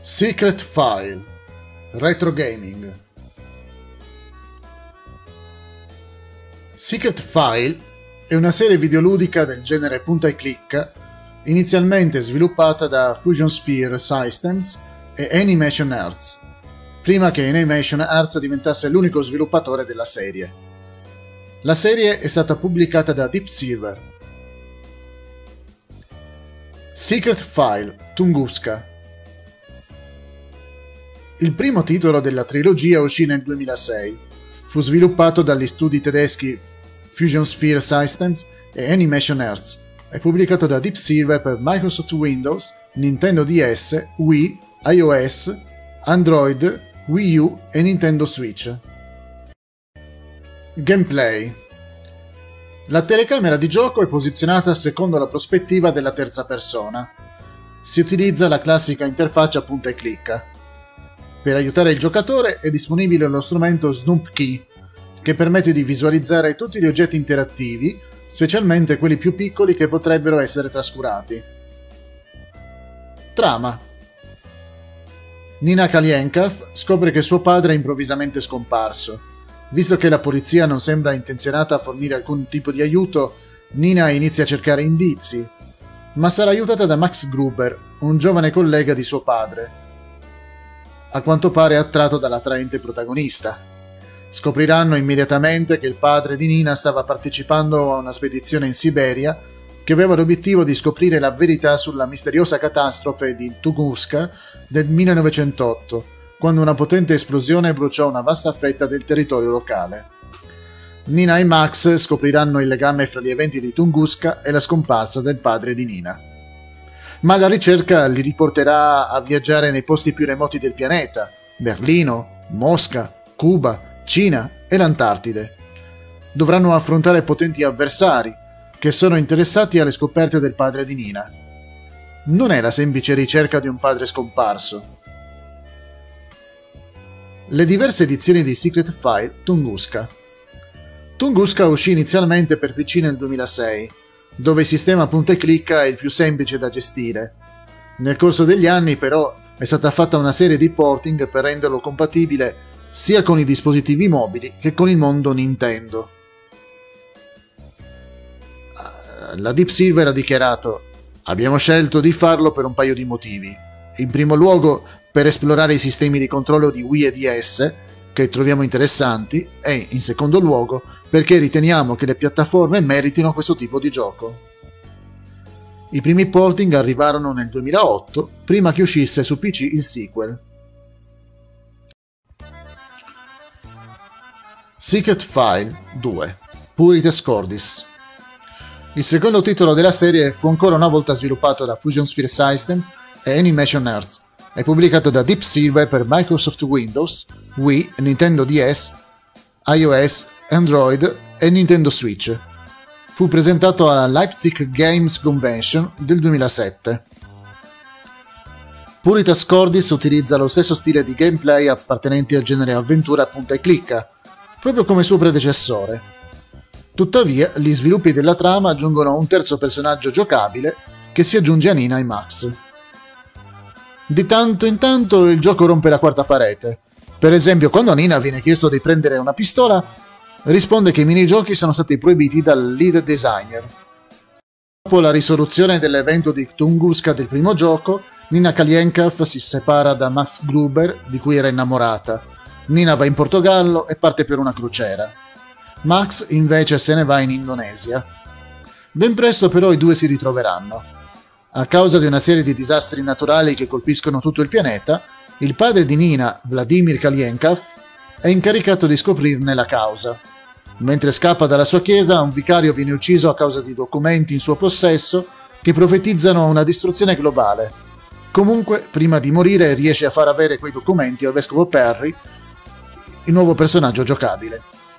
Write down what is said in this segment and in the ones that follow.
Secret File Retro Gaming. Secret File è una serie videoludica del genere punta e clicca, inizialmente sviluppata da Fusion Sphere Systems e Animation Arts, prima che Animation Arts diventasse l'unico sviluppatore della serie. La serie è stata pubblicata da Deep Silver. Secret File Tunguska. Il primo titolo della trilogia uscì nel 2006. Fu sviluppato dagli studi tedeschi Fusion Sphere Systems e Animation Arts e pubblicato da Deep Silver per Microsoft Windows, Nintendo DS, Wii, iOS, Android, Wii U e Nintendo Switch. Gameplay. La telecamera di gioco è posizionata secondo la prospettiva della terza persona. Si utilizza la classica interfaccia punta e clicca. Per aiutare il giocatore è disponibile lo strumento Snoop Key, che permette di visualizzare tutti gli oggetti interattivi, specialmente quelli più piccoli che potrebbero essere trascurati. Trama. Nina Kalienkov scopre che suo padre è improvvisamente scomparso. Visto che la polizia non sembra intenzionata a fornire alcun tipo di aiuto, Nina inizia a cercare indizi, ma sarà aiutata da Max Gruber, un giovane collega di suo padre, a quanto pare attratto dall'attraente protagonista. Scopriranno immediatamente che il padre di Nina stava partecipando a una spedizione in Siberia che aveva l'obiettivo di scoprire la verità sulla misteriosa catastrofe di Tunguska del 1908, quando una potente esplosione bruciò una vasta fetta del territorio locale. Nina e Max scopriranno il legame fra gli eventi di Tunguska e la scomparsa del padre di Nina. Ma la ricerca li riporterà a viaggiare nei posti più remoti del pianeta: Berlino, Mosca, Cuba, Cina e l'Antartide. Dovranno affrontare potenti avversari che sono interessati alle scoperte del padre di Nina. Non è la semplice ricerca di un padre scomparso. Le diverse edizioni di Secret File Tunguska. Tunguska uscì inizialmente per PC nel 2006, dove il sistema punta e clicca è il più semplice da gestire. Nel corso degli anni, però, è stata fatta una serie di porting per renderlo compatibile sia con i dispositivi mobili che con il mondo Nintendo. La Deep Silver ha dichiarato: abbiamo scelto di farlo per un paio di motivi. In primo luogo, per esplorare i sistemi di controllo di Wii e DS, che troviamo interessanti, e in secondo luogo, perché riteniamo che le piattaforme meritino questo tipo di gioco. I primi porting arrivarono nel 2008, prima che uscisse su PC il sequel. Secret File 2 Puritas Cordis. Il secondo titolo della serie fu ancora una volta sviluppato da Fusion Sphere Systems e Animation Arts e pubblicato da Deep Silver per Microsoft Windows, Wii, Nintendo DS, iOS, Android e Nintendo Switch. Fu presentato alla Leipzig Games Convention del 2007. Puritas Cordis utilizza lo stesso stile di gameplay appartenenti al genere avventura punta e clicca, proprio come suo predecessore. Tuttavia, gli sviluppi della trama aggiungono un terzo personaggio giocabile che si aggiunge a Nina e Max. Di tanto in tanto il gioco rompe la quarta parete. Per esempio, quando a Nina viene chiesto di prendere una pistola, risponde che i minigiochi sono stati proibiti dal lead designer. Dopo la risoluzione dell'evento di Tunguska del primo gioco, Nina Kalienkov si separa da Max Gruber, di cui era innamorata. Nina va in Portogallo e parte per una crociera. Max invece se ne va in Indonesia. Ben presto però i due si ritroveranno. A causa di una serie di disastri naturali che colpiscono tutto il pianeta, il padre di Nina, Vladimir Kalienkov, è incaricato di scoprirne la causa. Mentre scappa dalla sua chiesa, un vicario viene ucciso a causa di documenti in suo possesso che profetizzano una distruzione globale. Comunque, prima di morire, riesce a far avere quei documenti al vescovo Perry, il nuovo personaggio giocabile.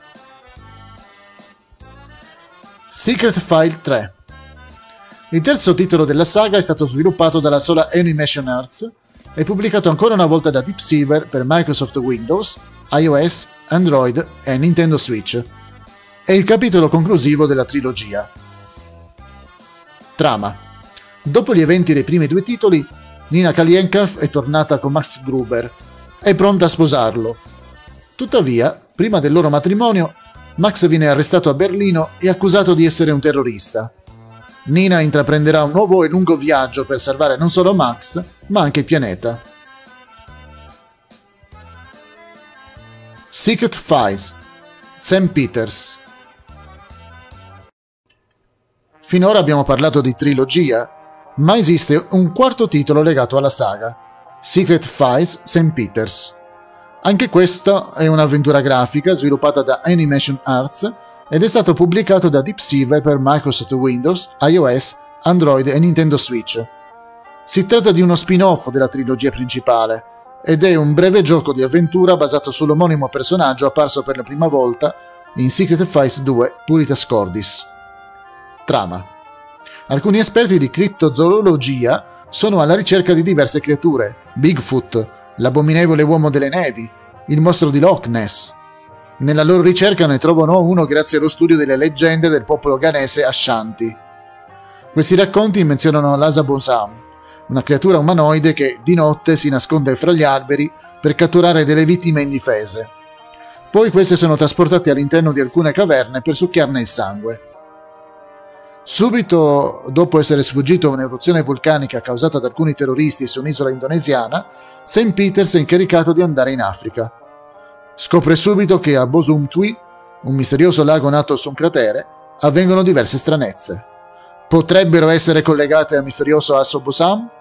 Secret File 3. Il terzo titolo della saga è stato sviluppato dalla sola Animation Arts e pubblicato ancora una volta da Deep Silver per Microsoft Windows, iOS, Android e Nintendo Switch. È il capitolo conclusivo della trilogia. Trama. Dopo gli eventi dei primi due titoli, Nina Kalienkov è tornata con Max Gruber. È pronta a sposarlo. Tuttavia, prima del loro matrimonio, Max viene arrestato a Berlino e accusato di essere un terrorista. Nina intraprenderà un nuovo e lungo viaggio per salvare non solo Max, ma anche il pianeta. Secret Files. Sam Peters. Finora abbiamo parlato di trilogia, ma esiste un quarto titolo legato alla saga, Secret Files Sam Peters. Anche questa è un'avventura grafica sviluppata da Animation Arts ed è stato pubblicato da Deep Silver per Microsoft Windows, iOS, Android e Nintendo Switch. Si tratta di uno spin-off della trilogia principale ed è un breve gioco di avventura basato sull'omonimo personaggio apparso per la prima volta in Secret Files 2 Puritas Cordis. Trama. Alcuni esperti di criptozoologia sono alla ricerca di diverse creature: Bigfoot, l'abominevole uomo delle nevi, il mostro di Loch Ness. Nella loro ricerca ne trovano uno grazie allo studio delle leggende del popolo ghanese Ashanti. Questi racconti menzionano l'Asabosam, una creatura umanoide che di notte si nasconde fra gli alberi per catturare delle vittime indifese. Poi queste sono trasportate all'interno di alcune caverne per succhiarne il sangue. Subito dopo essere sfuggito a un'eruzione vulcanica causata da alcuni terroristi su un'isola indonesiana, Sam Peters è incaricato di andare in Africa. Scopre subito che a Bosumtwi, un misterioso lago nato su un cratere, avvengono diverse stranezze. Potrebbero essere collegate al misterioso Asso Bosam?